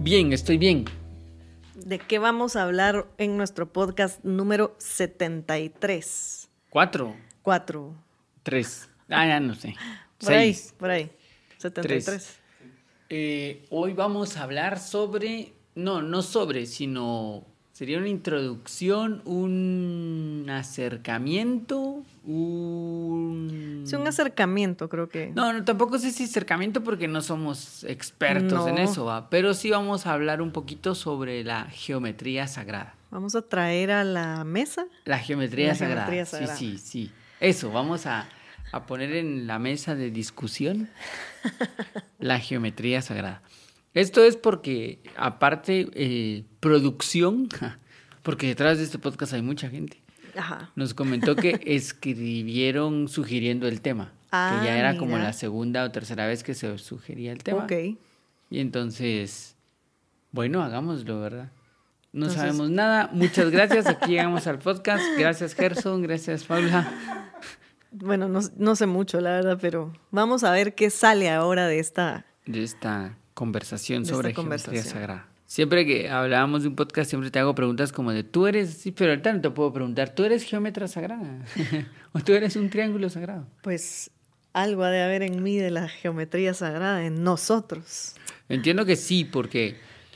Bien, estoy bien. ¿De qué vamos a hablar en nuestro podcast número 73? 4, 4. 3. Ya no sé. Por ahí, 6. por ahí. 73. 3. Hoy vamos a hablar sobre... No sobre, sino... Sería una introducción, un acercamiento, Sí, un acercamiento, creo que. No, tampoco sé si acercamiento porque no somos expertos en eso, ¿va? Pero sí vamos a hablar un poquito sobre la geometría sagrada. Vamos a traer a la mesa La geometría sagrada. geometría sagrada. Sí. Eso, vamos a poner en la mesa de discusión la geometría sagrada. Esto es porque, aparte, producción, porque detrás de este podcast hay mucha gente, Ajá. nos comentó que escribieron sugiriendo el tema, que ya era como la segunda o tercera vez que se sugería el tema. Ok. Y entonces, bueno, hagámoslo, ¿verdad? No sabemos nada. Muchas gracias. Aquí llegamos al podcast. Gracias, Gerson. Gracias, Paula. Bueno, no sé mucho, la verdad, pero vamos a ver qué sale ahora de esta conversación sobre geometría sagrada. Siempre que hablábamos de un podcast, siempre te hago preguntas como de, tú eres, sí, pero ahorita no te puedo preguntar, ¿tú eres geómetra sagrada? ¿O tú eres un triángulo sagrado? Pues algo ha de haber en mí de la geometría sagrada, en nosotros. Entiendo que sí, porque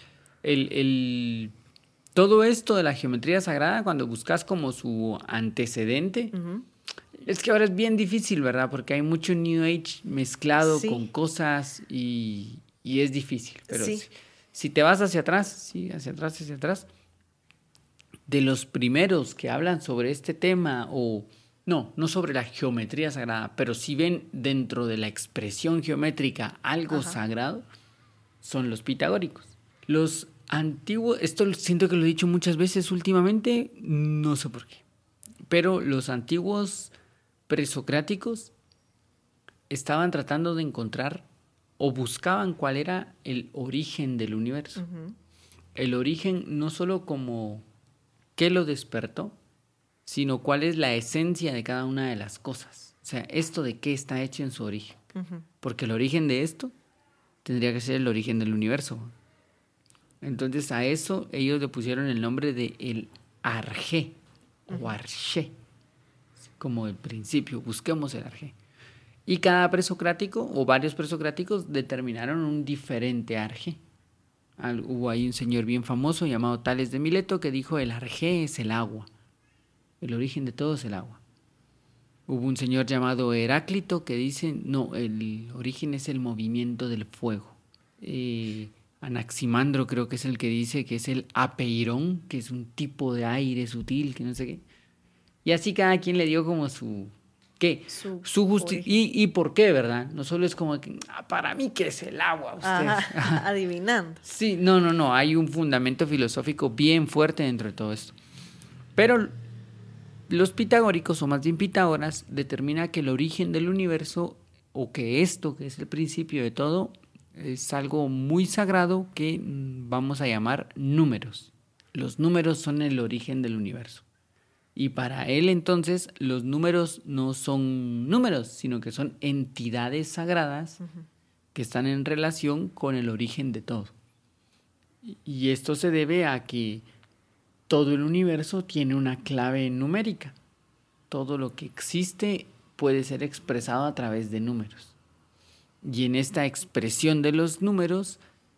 todo esto de la geometría sagrada, cuando buscas como su antecedente, es que ahora es bien difícil, ¿verdad? Porque hay mucho New Age mezclado con cosas y es difícil. Pero si te vas hacia atrás, hacia atrás, de los primeros que hablan sobre este tema, no sobre la geometría sagrada, pero si ven dentro de la expresión geométrica algo sagrado, son los pitagóricos. Los antiguos, esto siento que lo he dicho muchas veces últimamente, no sé por qué, pero los antiguos presocráticos estaban tratando de encontrar o buscaban cuál era el origen del universo. El origen no solo como qué lo despertó, sino cuál es la esencia de cada una de las cosas. O sea, esto de qué está hecho en su origen. Porque el origen de esto tendría que ser el origen del universo. Entonces a eso ellos le pusieron el nombre de el arjé o arché. Como el principio, busquemos el arjé. Y cada presocrático o varios presocráticos determinaron un diferente arjé. Hubo ahí un señor bien famoso llamado Tales de Mileto que dijo el arjé es el agua. El origen de todo es el agua. Hubo un señor llamado Heráclito que dice no, el origen es el movimiento del fuego. Anaximandro creo que es el que dice que es el apeirón, que es un tipo de aire sutil, que no sé qué. Y así cada quien le dio como su... ¿Qué? Su justicia. ¿Y por qué, verdad? No solo es como que, para mí, ¿qué es el agua? Adivinando. Sí, no. Hay un fundamento filosófico bien fuerte dentro de todo esto. Pero los pitagóricos, o más bien Pitágoras, determina que el origen del universo, o que esto, que es el principio de todo, es algo muy sagrado que vamos a llamar números. Los números son el origen del universo. Y para él entonces los números no son números, sino que son entidades sagradas que están en relación con el origen de todo. Y esto se debe a que todo el universo tiene una clave numérica. Todo lo que existe puede ser expresado a través de números. Y en esta expresión de los números,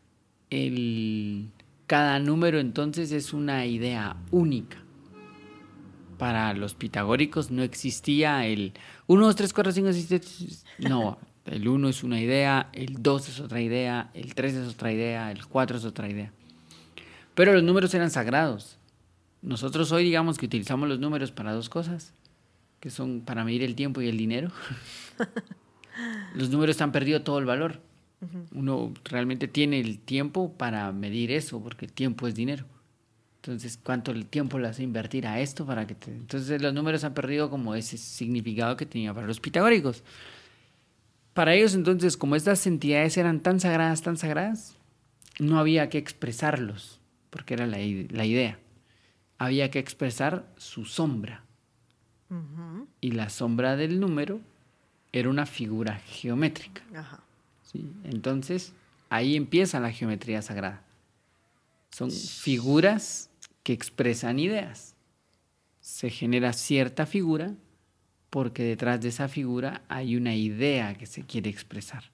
cada número entonces es una idea única. Para los pitagóricos no existía el 1, 2, 3, 4, 5, 6, 7... No, el 1 es una idea, el 2 es otra idea, el 3 es otra idea, el 4 es otra idea. Pero los números eran sagrados. Nosotros hoy digamos que utilizamos los números para dos cosas, que son para medir el tiempo y el dinero. Los números han perdido todo el valor. Uno realmente tiene el tiempo para medir eso, porque el tiempo es dinero. Entonces, ¿cuánto el tiempo le hace invertir a esto para que Entonces, los números han perdido como ese significado que tenía para los pitagóricos. Para ellos, entonces, como estas entidades eran tan sagradas, no había que expresarlos, porque era la idea. Había que expresar su sombra. Y la sombra del número era una figura geométrica. ¿Sí? Entonces, ahí empieza la geometría sagrada. Son figuras que expresan ideas. Se genera cierta figura porque detrás de esa figura hay una idea que se quiere expresar.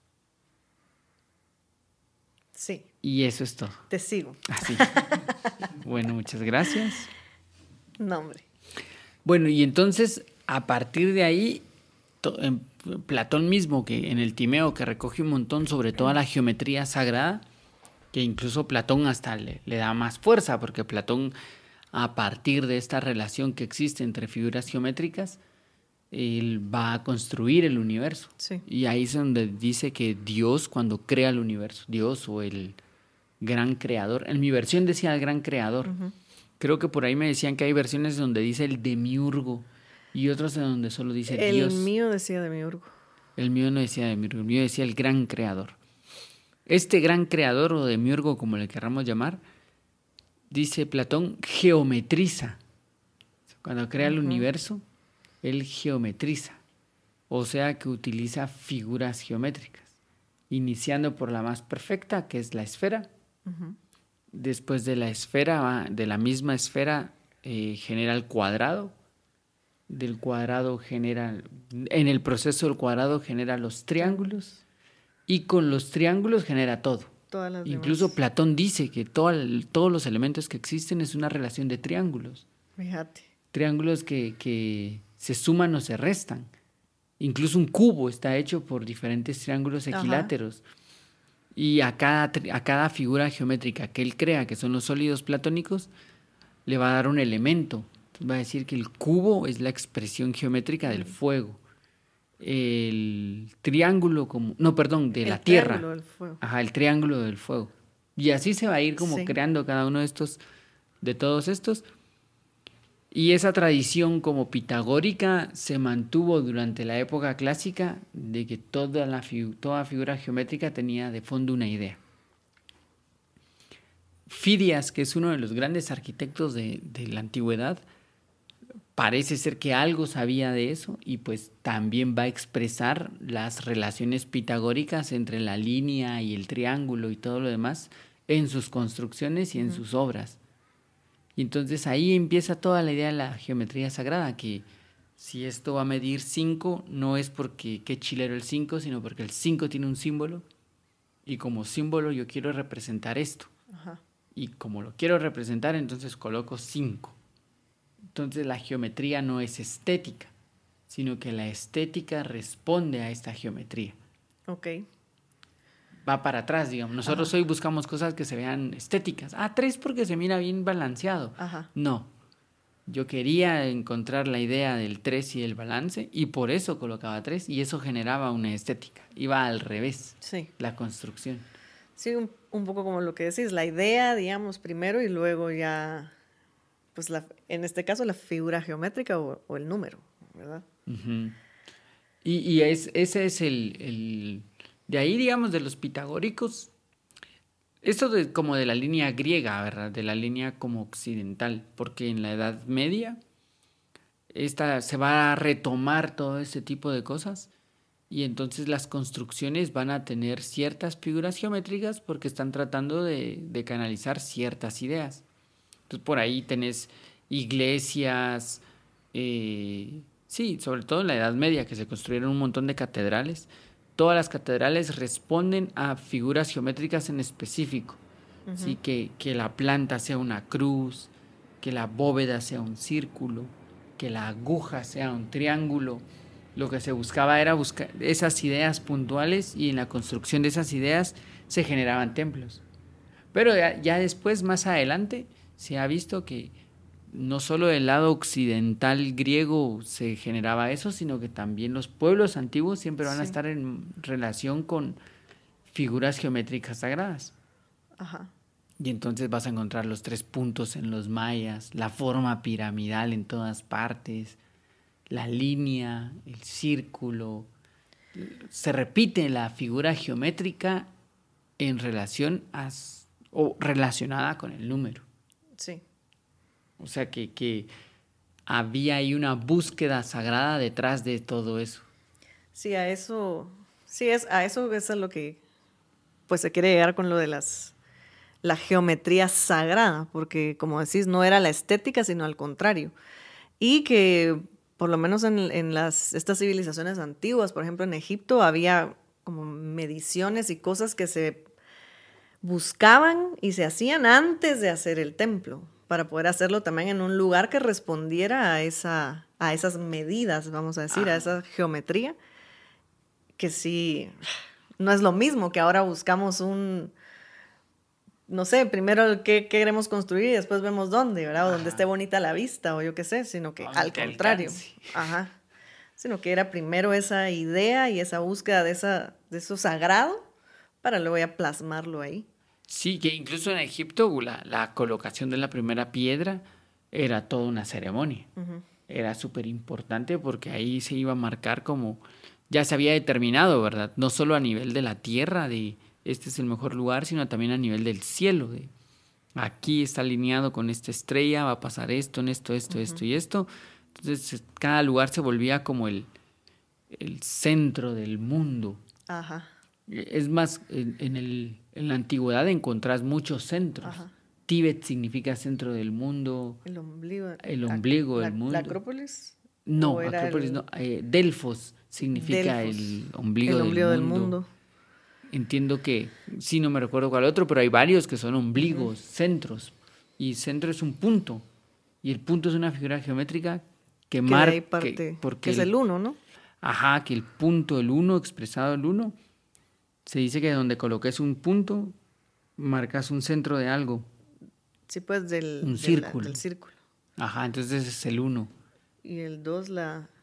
Sí. Y eso es todo. Te sigo. Así. Bueno, muchas gracias. No, hombre. Bueno, y entonces, a partir de ahí, Platón mismo, que en el Timeo, que recoge un montón sobre toda la geometría sagrada, que incluso Platón hasta le da más fuerza, porque Platón, a partir de esta relación que existe entre figuras geométricas, él va a construir el universo. Sí. Y ahí es donde dice que Dios, cuando crea el universo, Dios o el gran creador, en mi versión decía el gran creador. Uh-huh. Creo que por ahí me decían que hay versiones donde dice el demiurgo y otras en donde solo dice Dios. El mío decía demiurgo. El mío no decía demiurgo, el mío decía el gran creador. Este gran creador o demiurgo, como le querramos llamar, dice Platón, geometriza. Cuando crea el universo, él geometriza, o sea que utiliza figuras geométricas, iniciando por la más perfecta, que es la esfera. Uh-huh. Después de la esfera, de la misma esfera, genera el cuadrado. Del cuadrado genera, en el proceso del cuadrado genera los triángulos, y con los triángulos genera todo. Incluso demás. Platón dice que todos los elementos que existen es una relación de triángulos. Fíjate. Triángulos que se suman o se restan. Incluso un cubo está hecho por diferentes triángulos equiláteros. Ajá. Y a cada figura geométrica que él crea, que son los sólidos platónicos, le va a dar un elemento. Entonces va a decir que el cubo es la expresión geométrica del fuego. El triángulo de la tierra. El triángulo del fuego. Ajá, el triángulo del fuego. Y así se va a ir como creando cada uno de todos estos. Y esa tradición como pitagórica se mantuvo durante la época clásica de que toda figura geométrica tenía de fondo una idea. Fidias, que es uno de los grandes arquitectos de la antigüedad, parece ser que algo sabía de eso y pues también va a expresar las relaciones pitagóricas entre la línea y el triángulo y todo lo demás en sus construcciones y en sus obras. Y entonces ahí empieza toda la idea de la geometría sagrada, que si esto va a medir 5, no es porque qué chilero el 5, sino porque el 5 tiene un símbolo, y como símbolo yo quiero representar esto. Ajá. Y como lo quiero representar, entonces coloco 5. Entonces la geometría no es estética, sino que la estética responde a esta geometría. Ok. Va para atrás, digamos. Nosotros hoy buscamos cosas que se vean estéticas. 3 porque se mira bien balanceado. Ajá. No. Yo quería encontrar la idea del 3 y el balance, y por eso colocaba 3, y eso generaba una estética. Iba al revés, la construcción. Sí, un poco como lo que decís, la idea, digamos, primero, y luego ya, pues en este caso, la figura geométrica o el número, ¿verdad? Uh-huh. Y ese es el de ahí, digamos, de los pitagóricos, esto como de la línea griega, ¿verdad? De la línea como occidental, porque en la Edad Media se va a retomar todo este tipo de cosas, y entonces las construcciones van a tener ciertas figuras geométricas porque están tratando de canalizar ciertas ideas. Entonces por ahí tenés iglesias, sí, sobre todo en la Edad Media, que se construyeron un montón de catedrales. Todas las catedrales responden a figuras geométricas en específico. Uh-huh. ¿Sí? Que la planta sea una cruz, que la bóveda sea un círculo, que la aguja sea un triángulo. Lo que se buscaba era buscar esas ideas puntuales, y en la construcción de esas ideas se generaban templos. Pero ya después, más adelante, se ha visto que no solo del lado occidental griego se generaba eso, sino que también los pueblos antiguos siempre van a estar en relación con figuras geométricas sagradas. Ajá. Y entonces vas a encontrar los 3 puntos en los mayas, la forma piramidal en todas partes, la línea, el círculo. Se repite la figura geométrica en relación o relacionada con el número. Sí. O sea que había ahí una búsqueda sagrada detrás de todo eso. Sí, a eso es lo que pues se quiere llegar con lo de las la geometría sagrada, porque como decís, no era la estética, sino al contrario. Y que por lo menos en estas civilizaciones antiguas, por ejemplo en Egipto, había como mediciones y cosas que se buscaban y se hacían antes de hacer el templo, para poder hacerlo también en un lugar que respondiera a esas medidas, vamos a decir, a esa geometría, que sí, no es lo mismo que ahora buscamos no sé, primero qué queremos construir y después vemos dónde, ¿verdad? O donde esté bonita la vista o yo qué sé, sino que al contrario. Ajá. Sino que era primero esa idea y esa búsqueda de eso sagrado para luego ya plasmarlo ahí. Sí, que incluso en Egipto la colocación de la primera piedra era toda una ceremonia. Uh-huh. Era súper importante porque ahí se iba a marcar como ya se había determinado, ¿verdad? No solo a nivel de la tierra, de este es el mejor lugar, sino también a nivel del cielo. De aquí está alineado con esta estrella, va a pasar esto, esto y esto. Entonces cada lugar se volvía como el centro del mundo. Ajá. Es más, en la antigüedad encontrás muchos centros. Ajá. Tíbet significa centro del mundo. El ombligo. El ombligo del mundo. ¿La Acrópolis? No, Acrópolis no. Delfos significa el ombligo del mundo. Entiendo que, sí, no me recuerdo cuál otro, pero hay varios que son ombligos, centros. Y centro es un punto. Y el punto es una figura geométrica que marca... Que es el 1, ¿no? Ajá, que el punto, el 1, expresado el 1, se dice que donde coloques un punto, marcas un centro de algo. Sí, pues un círculo. Del círculo. Ajá, entonces es el 1. Y el 2,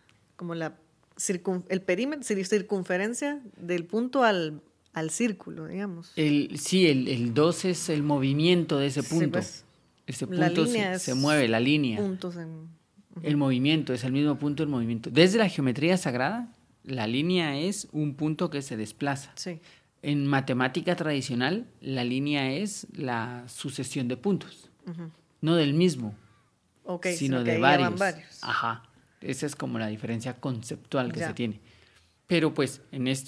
el perímetro, circunferencia del punto al círculo, digamos. El 2 es el movimiento de ese punto. Sí, pues, ese punto se mueve, la línea. Puntos El movimiento, es el mismo punto del movimiento. Desde la geometría sagrada, la línea es un punto que se desplaza. Sí. En matemática tradicional, la línea es la sucesión de puntos. Uh-huh. No del mismo, sino de varios. Ajá. Esa es como la diferencia conceptual que se tiene. Pero pues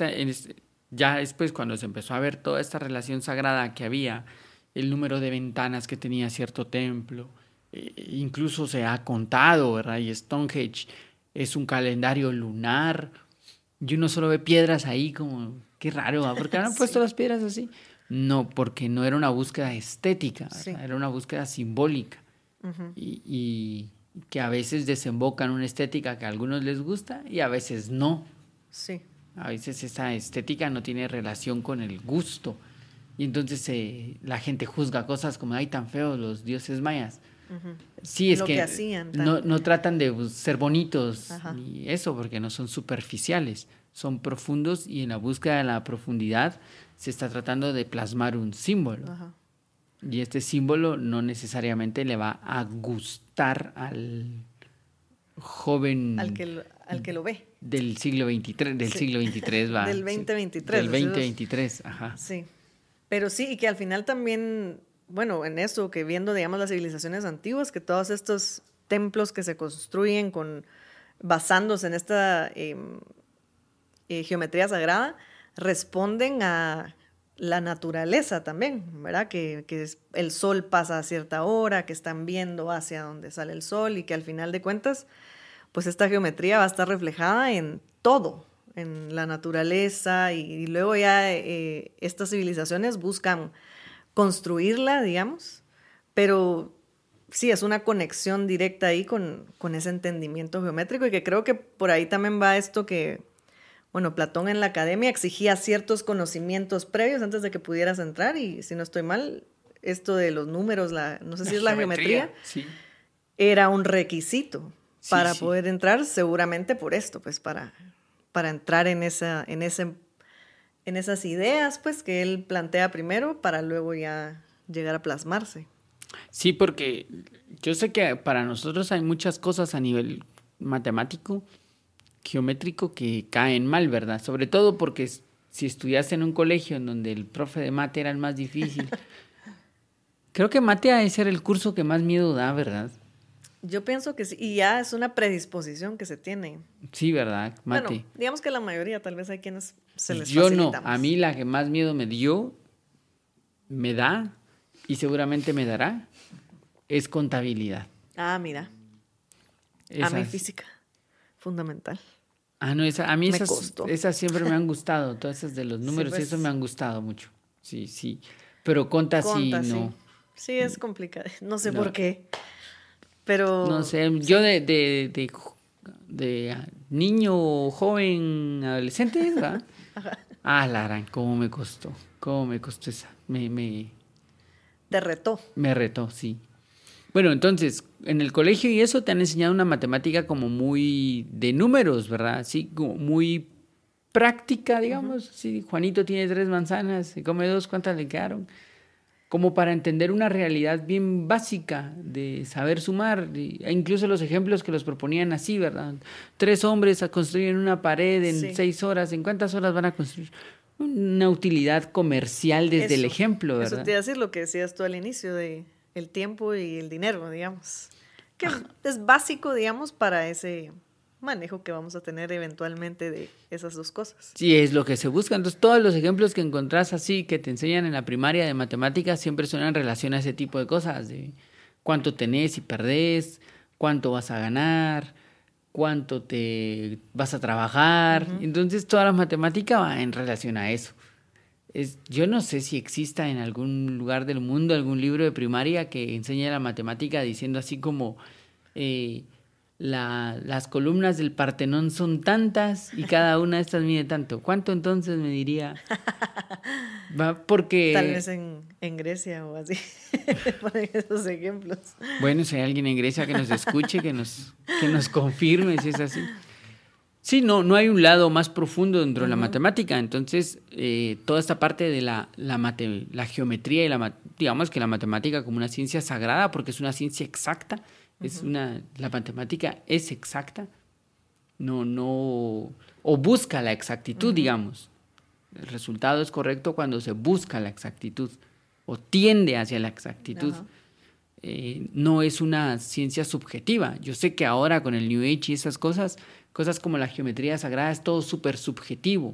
ya después cuando se empezó a ver toda esta relación sagrada que había, el número de ventanas que tenía cierto templo, incluso se ha contado, ¿verdad? Y Stonehenge es un calendario lunar y uno solo ve piedras ahí como, qué raro, ¿verdad? ¿Por qué han puesto las piedras así? No, porque no era una búsqueda estética, era una búsqueda simbólica. Uh-huh. Y que a veces desemboca en una estética que a algunos les gusta y a veces no. Sí. A veces esa estética no tiene relación con el gusto. Y entonces la gente juzga cosas como, ay, tan feos los dioses mayas. Uh-huh. Sí, es que hacían, no tratan de ser bonitos ni eso, porque no son superficiales, son profundos y en la búsqueda de la profundidad se está tratando de plasmar un símbolo. Uh-huh. Y este símbolo no necesariamente le va a gustar al joven... Al que lo ve. Del siglo XXIII, siglo XXIII va. Del 2023. Del 2023, ajá. Sí. Pero sí, y que al final también, bueno, en eso, que viendo, digamos, las civilizaciones antiguas, que todos estos templos que se construyen basándose en esta geometría sagrada, responden a la naturaleza también, ¿verdad? Que el sol pasa a cierta hora, que están viendo hacia donde sale el sol y que al final de cuentas, pues esta geometría va a estar reflejada en todo, en la naturaleza y luego ya estas civilizaciones buscan construirla, digamos, pero sí, es una conexión directa ahí con ese entendimiento geométrico y que creo que por ahí también va esto que, bueno, Platón en la academia exigía ciertos conocimientos previos antes de que pudieras entrar y si no estoy mal, esto de los números, no sé si es la geometría, sí. Era un requisito para poder entrar, seguramente por esto, pues para entrar en esas ideas pues que él plantea primero para luego ya llegar a plasmarse. Sí, porque yo sé que para nosotros hay muchas cosas a nivel matemático, geométrico que caen mal, ¿verdad? Sobre todo porque si estudiaste en un colegio en donde el profe de mate era el más difícil. Creo que mate ha de ser el curso que más miedo da, ¿verdad? Yo pienso que sí, y ya es una predisposición que se tiene. Sí, ¿verdad? Mate. Bueno, digamos que la mayoría, tal vez hay quienes se les Yo facilita no, a mí la que más miedo me da, y seguramente me dará, es contabilidad. Ah, mira. A mí física, fundamental. Ah, no, a mí costó. Esas siempre me han gustado, todas esas de los números, sí, pues, eso me han gustado mucho. Sí, sí. Pero conta sí, no. Sí, es complicado. No sé por qué. Pero. No sé, sí. Yo de niño, joven, adolescente, ¿verdad? Ah, la gran, cómo me costó esa. Te retó. Me retó, sí. Bueno, entonces, en el colegio y eso te han enseñado una matemática como muy de números, ¿verdad? Sí, como muy práctica, digamos. Uh-huh. Sí, Juanito tiene 3 manzanas, se come 2, ¿cuántas le quedaron? Como para entender una realidad bien básica de saber sumar. E incluso los ejemplos que los proponían así, ¿verdad? 3 hombres construyen una pared en 6 horas. ¿En cuántas horas van a construir? Una utilidad comercial desde el ejemplo, ¿verdad? Eso te iba a decir lo que decías tú al inicio de el tiempo y el dinero, digamos. Que es básico, digamos, para ese manejo que vamos a tener eventualmente de esas 2 cosas. Sí, es lo que se busca. Entonces, todos los ejemplos que encontrás así, que te enseñan en la primaria de matemáticas, siempre son en relación a ese tipo de cosas, de cuánto tenés y perdés, cuánto vas a ganar, cuánto te vas a trabajar. Uh-huh. Entonces, toda la matemática va en relación a eso. Yo no sé si exista en algún lugar del mundo algún libro de primaria que enseñe la matemática diciendo así como las columnas del Partenón son tantas y cada una de estas mide tanto. ¿Cuánto entonces me diría? Porque tal vez en Grecia o así, ponen esos ejemplos. Bueno, si hay alguien en Grecia que nos escuche, que nos confirme si es así. Sí, no hay un lado más profundo dentro de la matemática. Entonces, toda esta parte de la geometría y digamos que la matemática como una ciencia sagrada, porque es una ciencia exacta, la matemática es exacta, o busca la exactitud, digamos. El resultado es correcto cuando se busca la exactitud o tiende hacia la exactitud. No es una ciencia subjetiva. Yo sé que ahora con el New Age y esas cosas como la geometría sagrada es todo súper subjetivo.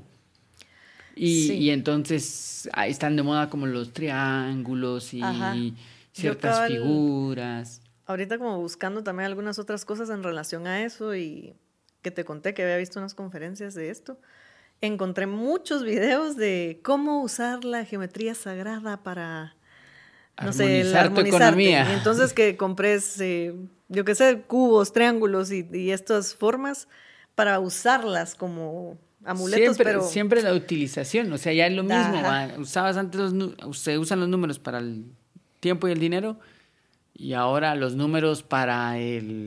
Y entonces están de moda como los triángulos y ciertas figuras. Ahorita como buscando también algunas otras cosas en relación a eso y que te conté que había visto unas conferencias de esto. Encontré muchos videos de cómo usar la geometría sagrada para armonizar tu economía. Y entonces que compres, yo qué sé, cubos, triángulos y estas formas para usarlas como amuletos. Siempre la utilización, o sea, ya es lo mismo. Usabas antes se usan los números para el tiempo y el dinero y ahora los números para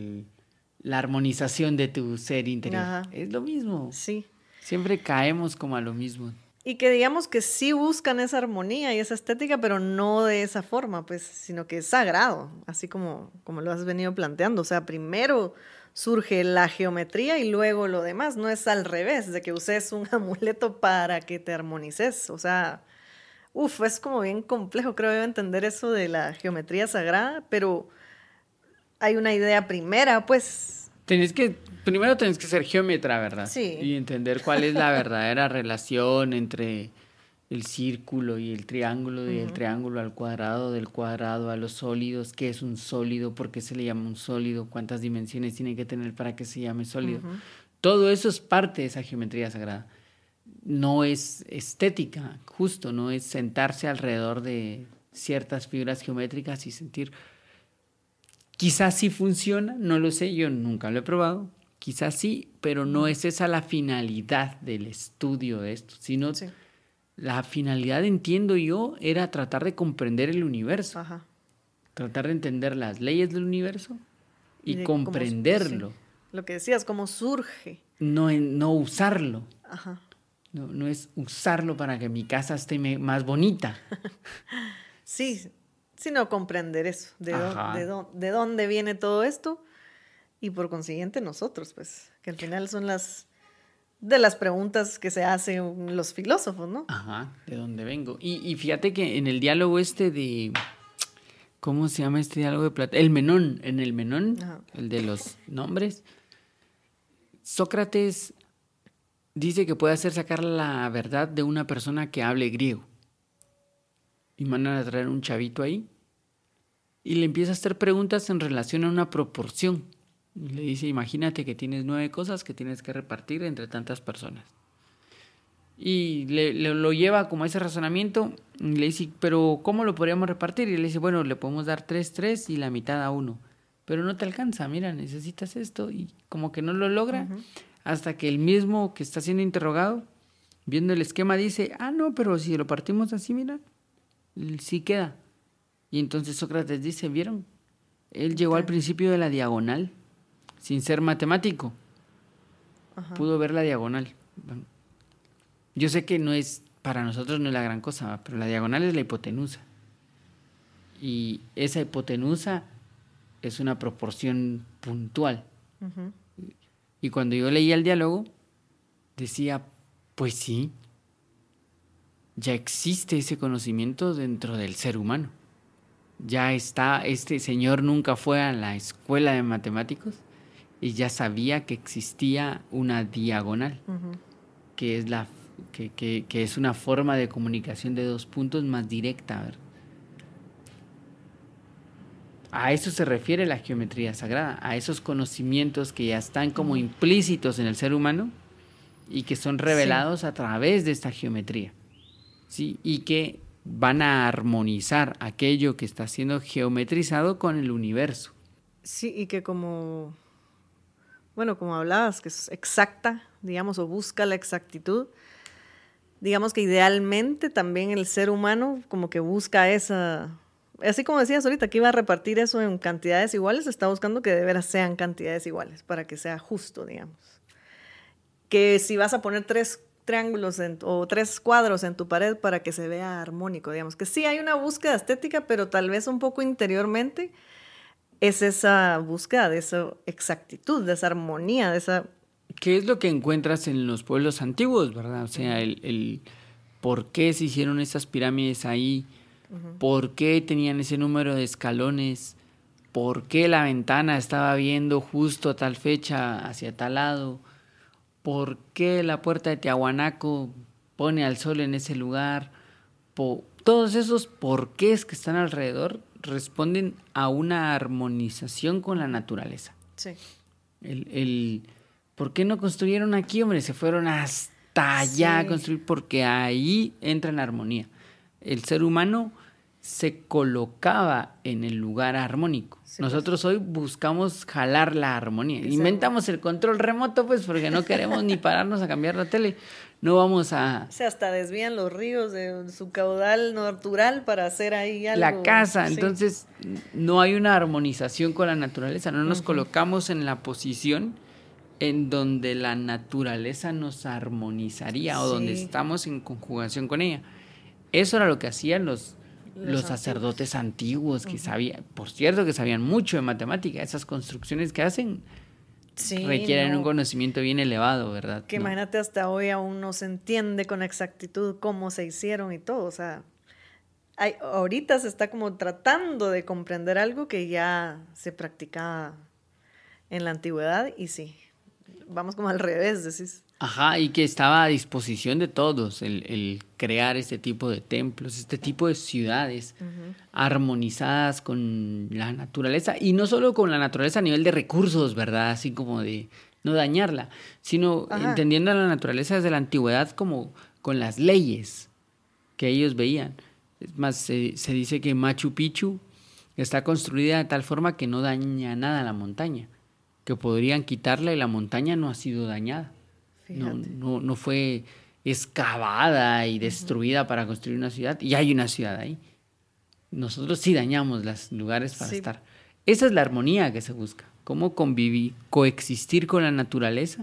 la armonización de tu ser interior. Ajá. Es lo mismo. Sí. Siempre caemos como a lo mismo. Y que digamos que sí buscan esa armonía y esa estética, pero no de esa forma, pues, sino que es sagrado, así como lo has venido planteando. O sea, primero surge la geometría y luego lo demás. No es al revés, de que uses un amuleto para que te armonices. O sea, es como bien complejo, creo yo, entender eso de la geometría sagrada, pero hay una idea primera, pues. Primero tenés que ser geómetra, ¿verdad? Sí. Y entender cuál es la verdadera relación entre el círculo y el triángulo, y el triángulo al cuadrado, del cuadrado a los sólidos, qué es un sólido, por qué se le llama un sólido, cuántas dimensiones tiene que tener para que se llame sólido. Todo eso es parte de esa geometría sagrada. No es estética, justo, no es sentarse alrededor de ciertas figuras geométricas y sentir. Quizás sí funciona, no lo sé, yo nunca lo he probado. Quizás sí, pero no es esa la finalidad del estudio de esto, sino la finalidad, entiendo yo, era tratar de comprender el universo. Ajá. Tratar de entender las leyes del universo y comprenderlo. Lo que decías, cómo surge. No usarlo. Ajá. No es usarlo para que mi casa esté más bonita. Sí, sino comprender eso, de dónde viene todo esto y por consiguiente nosotros, pues, que al final son de las preguntas que se hacen los filósofos, ¿no? Ajá, ¿de dónde vengo? Y fíjate que en el diálogo de, ¿cómo se llama este diálogo de Platón? En el Menón, el de los nombres, Sócrates dice que puede hacer sacar la verdad de una persona que hable griego. Y mandan a traer un chavito ahí y le empieza a hacer preguntas en relación a una proporción. Y le dice, imagínate que tienes 9 cosas que tienes que repartir entre tantas personas. Y lo lleva como a ese razonamiento y le dice, pero ¿cómo lo podríamos repartir? Y le dice, bueno, le podemos dar 3 y la mitad a 1. Pero no te alcanza, mira, necesitas esto. Y como que no lo logra hasta que el mismo que está siendo interrogado, viendo el esquema, dice, no, pero si lo partimos así, mira, sí queda. Y entonces Sócrates dice, ¿vieron? Él llegó al principio de la diagonal sin ser matemático. Pudo ver la diagonal. Bueno, yo sé que no es, para nosotros no es la gran cosa, pero la diagonal es la hipotenusa. Y esa hipotenusa es una proporción puntual. Y cuando yo leía el diálogo, decía, pues sí, ya existe ese conocimiento dentro del ser humano. Ya está, este señor nunca fue a la escuela de matemáticos y ya sabía que existía una diagonal, que es que es una forma de comunicación de 2 puntos más directa, ¿verdad? A eso se refiere la geometría sagrada, a esos conocimientos que ya están como implícitos en el ser humano y que son revelados a través de esta geometría, ¿sí? Y que van a armonizar aquello que está siendo geometrizado con el universo. Sí, y que como hablabas, que es exacta, digamos, o busca la exactitud, digamos que idealmente también el ser humano como que busca esa, así como decías ahorita, que iba a repartir eso en cantidades iguales, está buscando que de veras sean cantidades iguales para que sea justo, digamos. Que si vas a poner 3 triángulos o 3 cuadros en tu pared para que se vea armónico, digamos, que sí hay una búsqueda estética, pero tal vez un poco interiormente es esa búsqueda de esa exactitud, de esa armonía, de esa... ¿Qué es lo que encuentras en los pueblos antiguos, verdad? O sea, el por qué se hicieron esas pirámides ahí, por qué tenían ese número de escalones, por qué la ventana estaba viendo justo a tal fecha hacia tal lado, por qué la puerta de Tiahuanaco pone al sol en ese lugar. Todos esos porqués que están alrededor responden a una armonización con la naturaleza. Sí. ¿Por qué no construyeron aquí, hombre? Se fueron hasta allá a construir porque ahí entra en armonía. El ser humano se colocaba en el lugar armónico. Sí, nosotros hoy buscamos jalar la armonía. Inventamos el control remoto, pues, porque no queremos ni pararnos a cambiar la tele. No vamos a... O sea, hasta desvían los ríos de su caudal natural para hacer ahí algo. La casa, sí. Entonces no hay una armonización con la naturaleza. No nos colocamos en la posición en donde la naturaleza nos armonizaría o donde estamos en conjugación con ella. Eso era lo que hacían los sacerdotes antiguos que sabían, por cierto, que sabían mucho de matemática. Esas construcciones que hacen requieren un conocimiento bien elevado, ¿verdad? Que imagínate, hasta hoy aún no se entiende con exactitud cómo se hicieron y todo. O sea, ahorita se está como tratando de comprender algo que ya se practicaba en la antigüedad y sí, vamos como al revés, decís. Ajá, y que estaba a disposición de todos el crear este tipo de templos, este tipo de ciudades armonizadas con la naturaleza, y no solo con la naturaleza a nivel de recursos, ¿verdad? Así como de no dañarla, sino entendiendo a la naturaleza desde la antigüedad como con las leyes que ellos veían. Es más, se dice que Machu Picchu está construida de tal forma que no daña nada a la montaña, que podrían quitarla y la montaña no ha sido dañada. No fue excavada y destruida para construir una ciudad, y hay una ciudad ahí. Nosotros sí dañamos los lugares para estar. Esa es la armonía que se busca, cómo convivir, coexistir con la naturaleza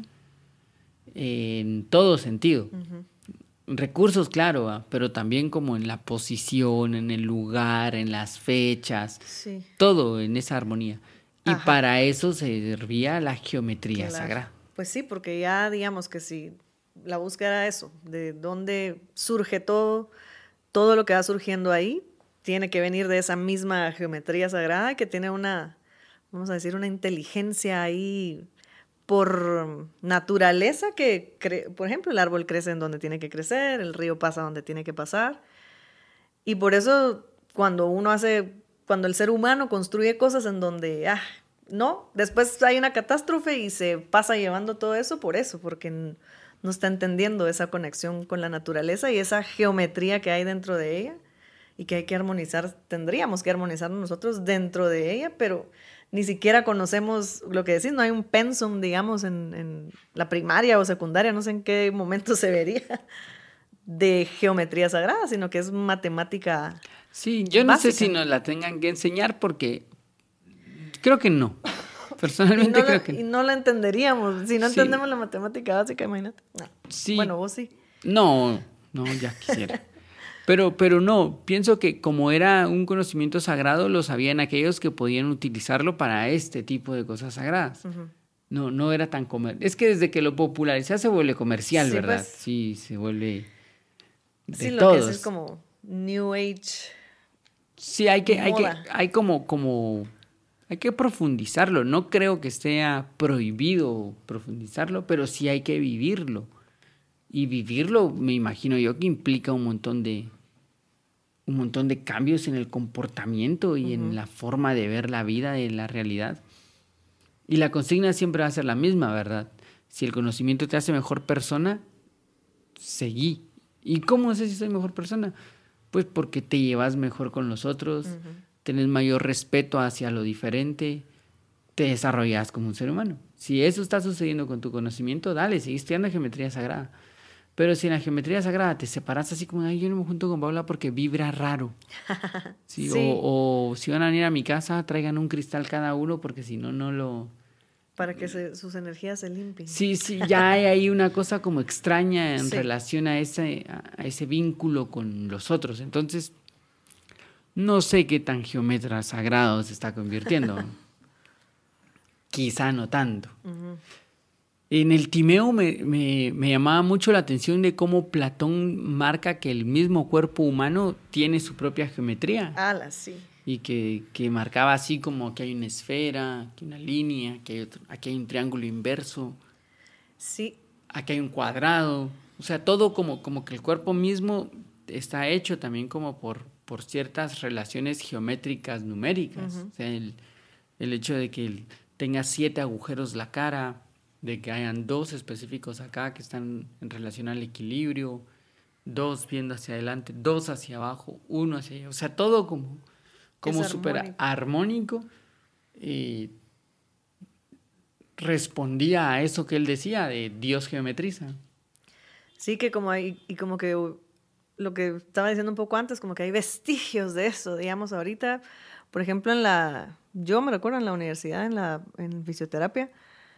en todo sentido. Recursos, claro, pero también como en la posición, en el lugar, en las fechas, todo en esa armonía. Y para eso se servía la geometría sagrada. Pues sí, porque ya digamos que si la búsqueda era eso, de dónde surge todo lo que va surgiendo ahí, tiene que venir de esa misma geometría sagrada que tiene una, vamos a decir, una inteligencia ahí por naturaleza que, por ejemplo, el árbol crece en donde tiene que crecer, el río pasa donde tiene que pasar. Y por eso cuando uno hace cuando el ser humano construye cosas en donde, no, después hay una catástrofe y se pasa llevando todo eso, porque no está entendiendo esa conexión con la naturaleza y esa geometría que hay dentro de ella y que hay que armonizar, tendríamos que armonizar nosotros dentro de ella, pero ni siquiera conocemos lo que decís, no hay un pensum, digamos, en la primaria o secundaria, no sé en qué momento se vería, de geometría sagrada, sino que es matemática. Sí, yo no sé si nos la tengan que enseñar porque creo que no. Personalmente creo que no. Y no la entenderíamos. Si no entendemos la matemática básica, imagínate. No. Sí. Bueno, vos sí. No, ya quisiera. Pero no, pienso que como era un conocimiento sagrado, lo sabían aquellos que podían utilizarlo para este tipo de cosas sagradas. Uh-huh. No era tan comercial. Es que desde que lo popularizas se vuelve comercial, sí, ¿verdad? Pues, sí, se vuelve de lo todos. Que es como New Age. Sí, hay que profundizarlo. No creo que sea prohibido profundizarlo, pero sí hay que vivirlo. Y vivirlo, me imagino yo, que implica un montón de cambios en el comportamiento y en la forma de ver la vida y la realidad. Y la consigna siempre va a ser la misma, ¿verdad? Si el conocimiento te hace mejor persona, seguí. ¿Y cómo sé si soy mejor persona? Pues porque te llevas mejor con los otros, tenés mayor respeto hacia lo diferente, te desarrollas como un ser humano. Si eso está sucediendo con tu conocimiento, dale, seguí estudiando geometría sagrada. Pero si en la geometría sagrada te separas así como, yo no me junto con Paula porque vibra raro. ¿Sí? Sí. O si van a venir a mi casa, traigan un cristal cada uno porque si no, no lo... Para que sus energías se limpien. Sí, ya hay ahí una cosa como extraña en relación a ese vínculo con los otros. Entonces, no sé qué tan geometra sagrado se está convirtiendo. Quizá no tanto. Uh-huh. En el Timeo me llamaba mucho la atención de cómo Platón marca que el mismo cuerpo humano tiene su propia geometría. Sí. Y que marcaba así como que hay una esfera, aquí una línea, aquí hay un triángulo inverso. Sí. Aquí hay un cuadrado. O sea, todo como que el cuerpo mismo está hecho también como por ciertas relaciones geométricas numéricas. Uh-huh. O sea, el hecho de que tenga 7 agujeros la cara, de que hayan 2 específicos acá que están en relación al equilibrio, 2 viendo hacia adelante, 2 hacia abajo, 1 hacia allá. O sea, todo como súper armónico. Respondía a eso que él decía de Dios geometriza. Sí, que como hay, y como que lo que estaba diciendo un poco antes, como que hay vestigios de eso, digamos, ahorita, por ejemplo, yo me recuerdo en la universidad, en fisioterapia,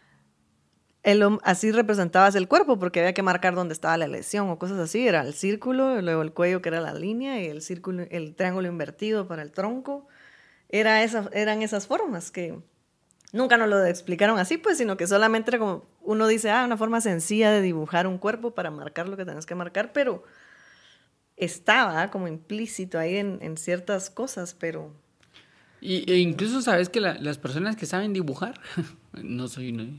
así representabas el cuerpo porque había que marcar dónde estaba la lesión o cosas así. Era el círculo, luego el cuello que era la línea y el triángulo invertido para el tronco. Eran esas formas que nunca nos lo explicaron así, pues, sino que solamente era como uno dice, una forma sencilla de dibujar un cuerpo para marcar lo que tenés que marcar, pero estaba como implícito ahí en ciertas cosas, pero... E incluso sabes que las personas que saben dibujar, no soy uno,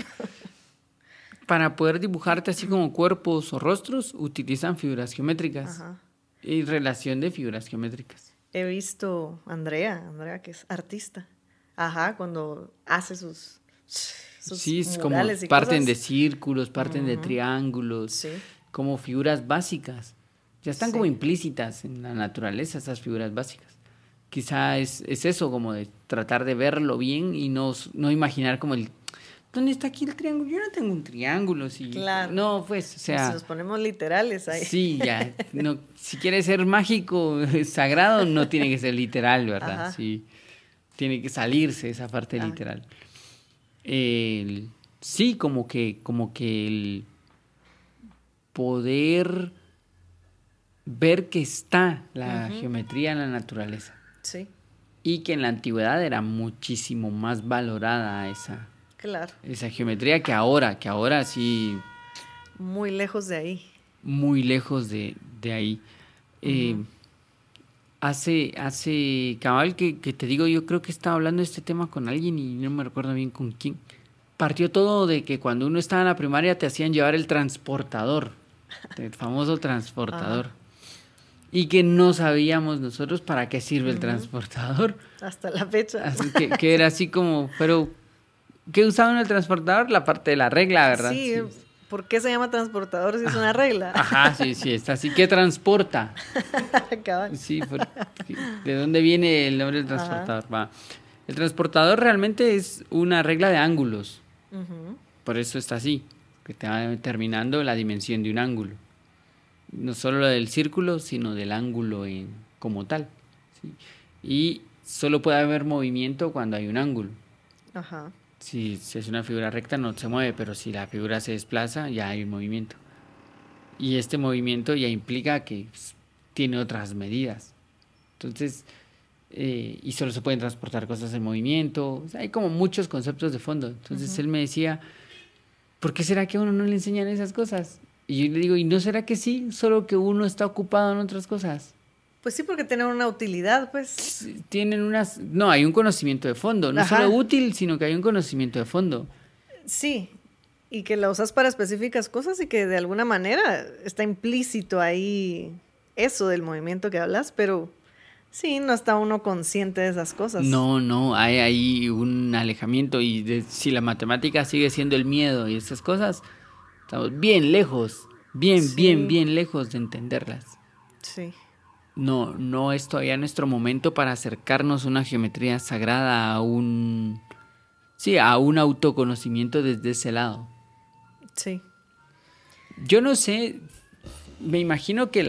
para poder dibujarte así como cuerpos o rostros, utilizan figuras geométricas. Ajá. Y relación de figuras geométricas. He visto Andrea que es artista. Ajá, cuando hace sus sí, es como parten de círculos, parten de triángulos, sí, como figuras básicas. Ya están como implícitas en la naturaleza esas figuras básicas. Quizá es eso, como de tratar de verlo bien y no imaginar como ¿dónde está aquí el triángulo? Yo no tengo un triángulo. Sí. Claro. No, pues, o sea... Si nos ponemos literales ahí. Sí, ya. No, si quiere ser mágico, sagrado, no tiene que ser literal, ¿verdad? Ajá. Sí. Tiene que salirse esa parte literal. Sí, como que el poder ver que está la geometría en la naturaleza. Sí. Y que en la antigüedad era muchísimo más valorada esa... Claro. Esa geometría que ahora sí... Muy lejos de ahí. Muy lejos de ahí. Hace cabal que te digo, yo creo que estaba hablando de este tema con alguien y no me recuerdo bien con quién. Partió todo de que cuando uno estaba en la primaria te hacían llevar el transportador, el famoso transportador. y que no sabíamos nosotros para qué sirve el transportador. Hasta la fecha. Así que era así como, pero ¿qué usaban el transportador? La parte de la regla, ¿verdad? Sí. ¿Por qué se llama transportador si es una regla? Ajá, sí, está así. ¿Qué transporta? Sí, ¿de dónde viene el nombre del transportador? Va. El transportador realmente es una regla de ángulos. Por eso está así, que te va determinando la dimensión de un ángulo. No solo del círculo, sino del ángulo como tal. ¿Sí? Y solo puede haber movimiento cuando hay un ángulo. Ajá. Si es una figura recta no se mueve, pero si la figura se desplaza ya hay un movimiento. Y este movimiento ya implica que tiene otras medidas. Entonces, y solo se pueden transportar cosas en movimiento. O sea, hay como muchos conceptos de fondo. Entonces él me decía, ¿por qué será que a uno no le enseñan esas cosas? Y yo le digo, ¿y no será que sí? Solo que uno está ocupado en otras cosas. Pues sí, porque tienen una utilidad, pues. No, hay un conocimiento de fondo. No solo útil, sino que hay un conocimiento de fondo. Sí, y que la usas para específicas cosas y que de alguna manera está implícito ahí eso del movimiento que hablas, pero sí, no está uno consciente de esas cosas. No, hay ahí un alejamiento y si la matemática sigue siendo el miedo y esas cosas, estamos bien lejos, bien lejos de entenderlas. Sí. No es todavía nuestro momento para acercarnos a una geometría sagrada, a un autoconocimiento desde ese lado. Sí. Yo no sé, me imagino que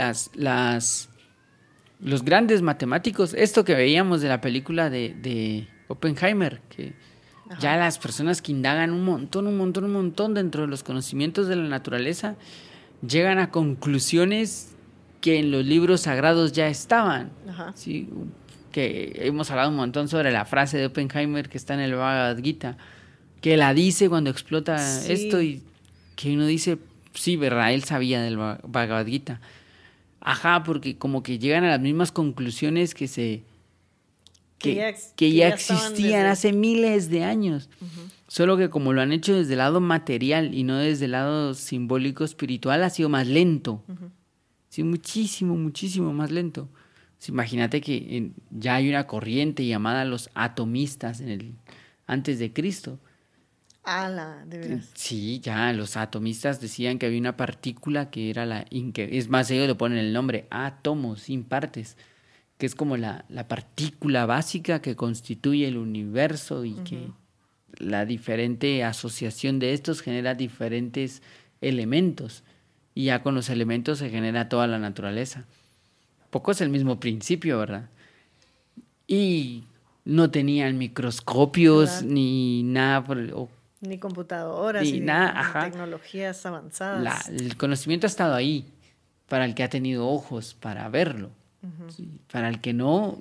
los grandes matemáticos, esto que veíamos de la película de Oppenheimer, que ya las personas que indagan un montón dentro de los conocimientos de la naturaleza, llegan a conclusiones que en los libros sagrados ya estaban. ¿Sí? Que hemos hablado un montón sobre la frase de Oppenheimer que está en el Bhagavad Gita, que la dice cuando explota esto y que uno dice, sí, ¿verdad? Él sabía del Bhagavad Gita. Ajá, porque como que llegan a las mismas conclusiones que ya existían hace miles de años. Solo que como lo han hecho desde el lado material y no desde el lado simbólico espiritual, ha sido más lento. Sí, muchísimo más lento. Imagínate que ya hay una corriente llamada los atomistas antes de Cristo. ¿De veras? Sí, ya los atomistas decían que había una partícula que era es más, ellos le ponen el nombre átomos, impartes, que es como la partícula básica que constituye el universo y que la diferente asociación de estos genera diferentes elementos. Y ya con los elementos se genera toda la naturaleza. Poco es el mismo principio, ¿verdad? Y no tenían microscopios ni nada ni computadoras, ni tecnologías avanzadas. El conocimiento ha estado ahí para el que ha tenido ojos para verlo. ¿Sí? Para el que no,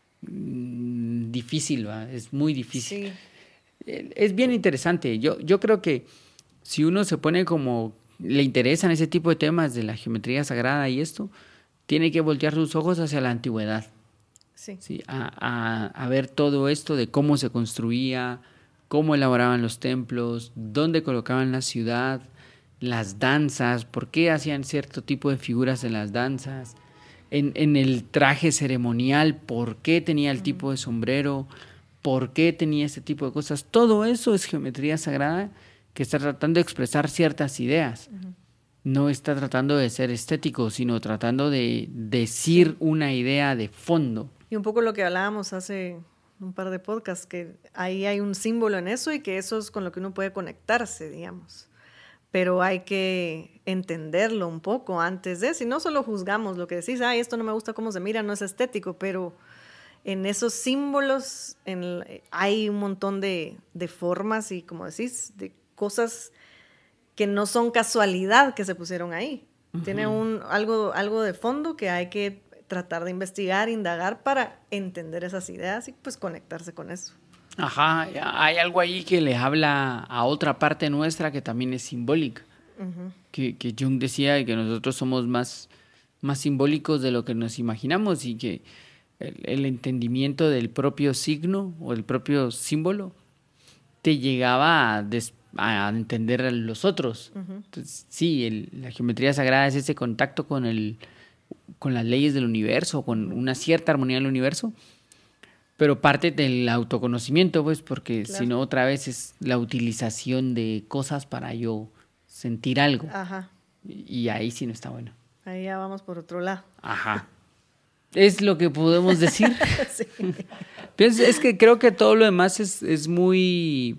difícil, ¿va? Es muy difícil. Sí. Es bien interesante. Yo creo que si uno se pone como le interesan ese tipo de temas de la geometría sagrada y esto, tiene que voltear sus ojos hacia la antigüedad. Sí, a ver todo esto de cómo se construía, cómo elaboraban los templos, dónde colocaban la ciudad, las danzas, por qué hacían cierto tipo de figuras en las danzas, en el traje ceremonial, por qué tenía el tipo de sombrero, por qué tenía ese tipo de cosas. Todo eso es geometría sagrada que está tratando de expresar ciertas ideas. No está tratando de ser estético, sino tratando de decir una idea de fondo. Y un poco lo que hablábamos hace un par de podcasts, que ahí hay un símbolo en eso y que eso es con lo que uno puede conectarse, digamos. Pero hay que entenderlo un poco antes de, si no solo juzgamos lo que decís, esto no me gusta cómo se mira, no es estético, pero en esos símbolos hay un montón de formas y, como decís, de cosas que no son casualidad que se pusieron ahí. Tiene algo de fondo que hay que tratar de investigar, indagar para entender esas ideas y pues conectarse con eso. Ajá, hay algo ahí que le habla a otra parte nuestra que también es simbólica. Que Jung decía que nosotros somos más simbólicos de lo que nos imaginamos y que el entendimiento del propio signo o el propio símbolo te llegaba a entender a los otros. Entonces, sí, la geometría sagrada es ese contacto con el con las leyes del universo, con una cierta armonía del universo, pero parte del autoconocimiento, pues, porque si no otra vez es la utilización de cosas para yo sentir algo. Ajá. Y ahí sí no está bueno. Ahí ya vamos por otro lado. Ajá. Es lo que podemos decir. Sí. Es que creo que todo lo demás es muy...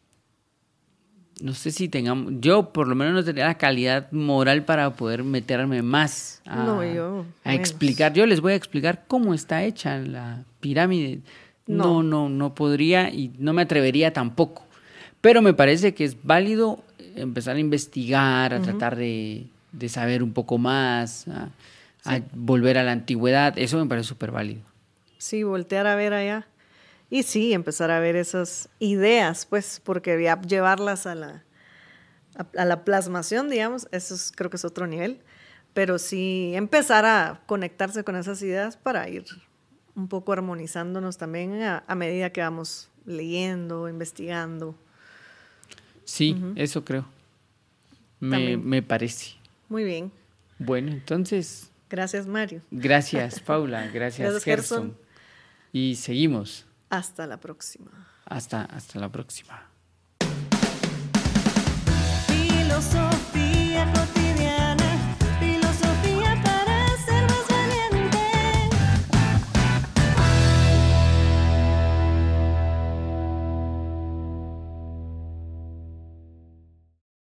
No sé si tengamos... Yo por lo menos no tenía la calidad moral para poder meterme más a explicar. Yo les voy a explicar cómo está hecha la pirámide. No podría y no me atrevería tampoco. Pero me parece que es válido empezar a investigar, a tratar de saber un poco más, a volver a la antigüedad. Eso me parece súper válido. Sí, voltear a ver allá. Y sí, empezar a ver esas ideas, pues, porque ya llevarlas a la plasmación, digamos, creo que es otro nivel. Pero sí, empezar a conectarse con esas ideas para ir un poco armonizándonos también a medida que vamos leyendo, investigando. Sí, eso creo. Me parece. Muy bien. Bueno, entonces... Gracias, Mario. Gracias, Paula. Gracias, Gerson. Y seguimos. Hasta la próxima. Hasta la próxima. Filosofía